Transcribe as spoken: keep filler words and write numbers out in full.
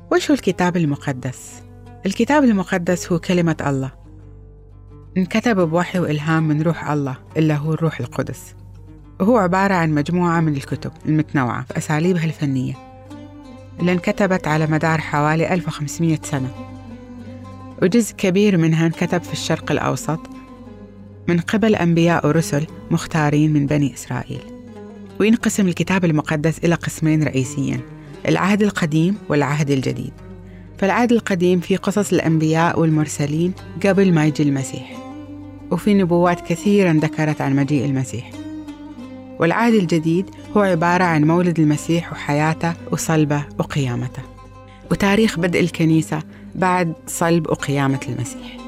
وش هو الكتاب المقدس؟ الكتاب المقدس هو كلمة الله، انكتب بوحي وإلهام من روح الله إلا هو الروح القدس، وهو عبارة عن مجموعة من الكتب المتنوعة في أساليبها الفنية اللي انكتبت على مدار حوالي ألف وخمسمائة سنة، وجزء كبير منها انكتب في الشرق الأوسط من قبل أنبياء ورسل مختارين من بني إسرائيل. وينقسم الكتاب المقدس إلى قسمين رئيسيين: العهد القديم والعهد الجديد. فالعهد القديم فيه قصص الأنبياء والمرسلين قبل ما يجي المسيح، وفي نبوات كثيرا ذكرت عن مجيء المسيح. والعهد الجديد هو عبارة عن مولد المسيح وحياته وصلبه وقيامته، وتاريخ بدء الكنيسة بعد صلب وقيامة المسيح.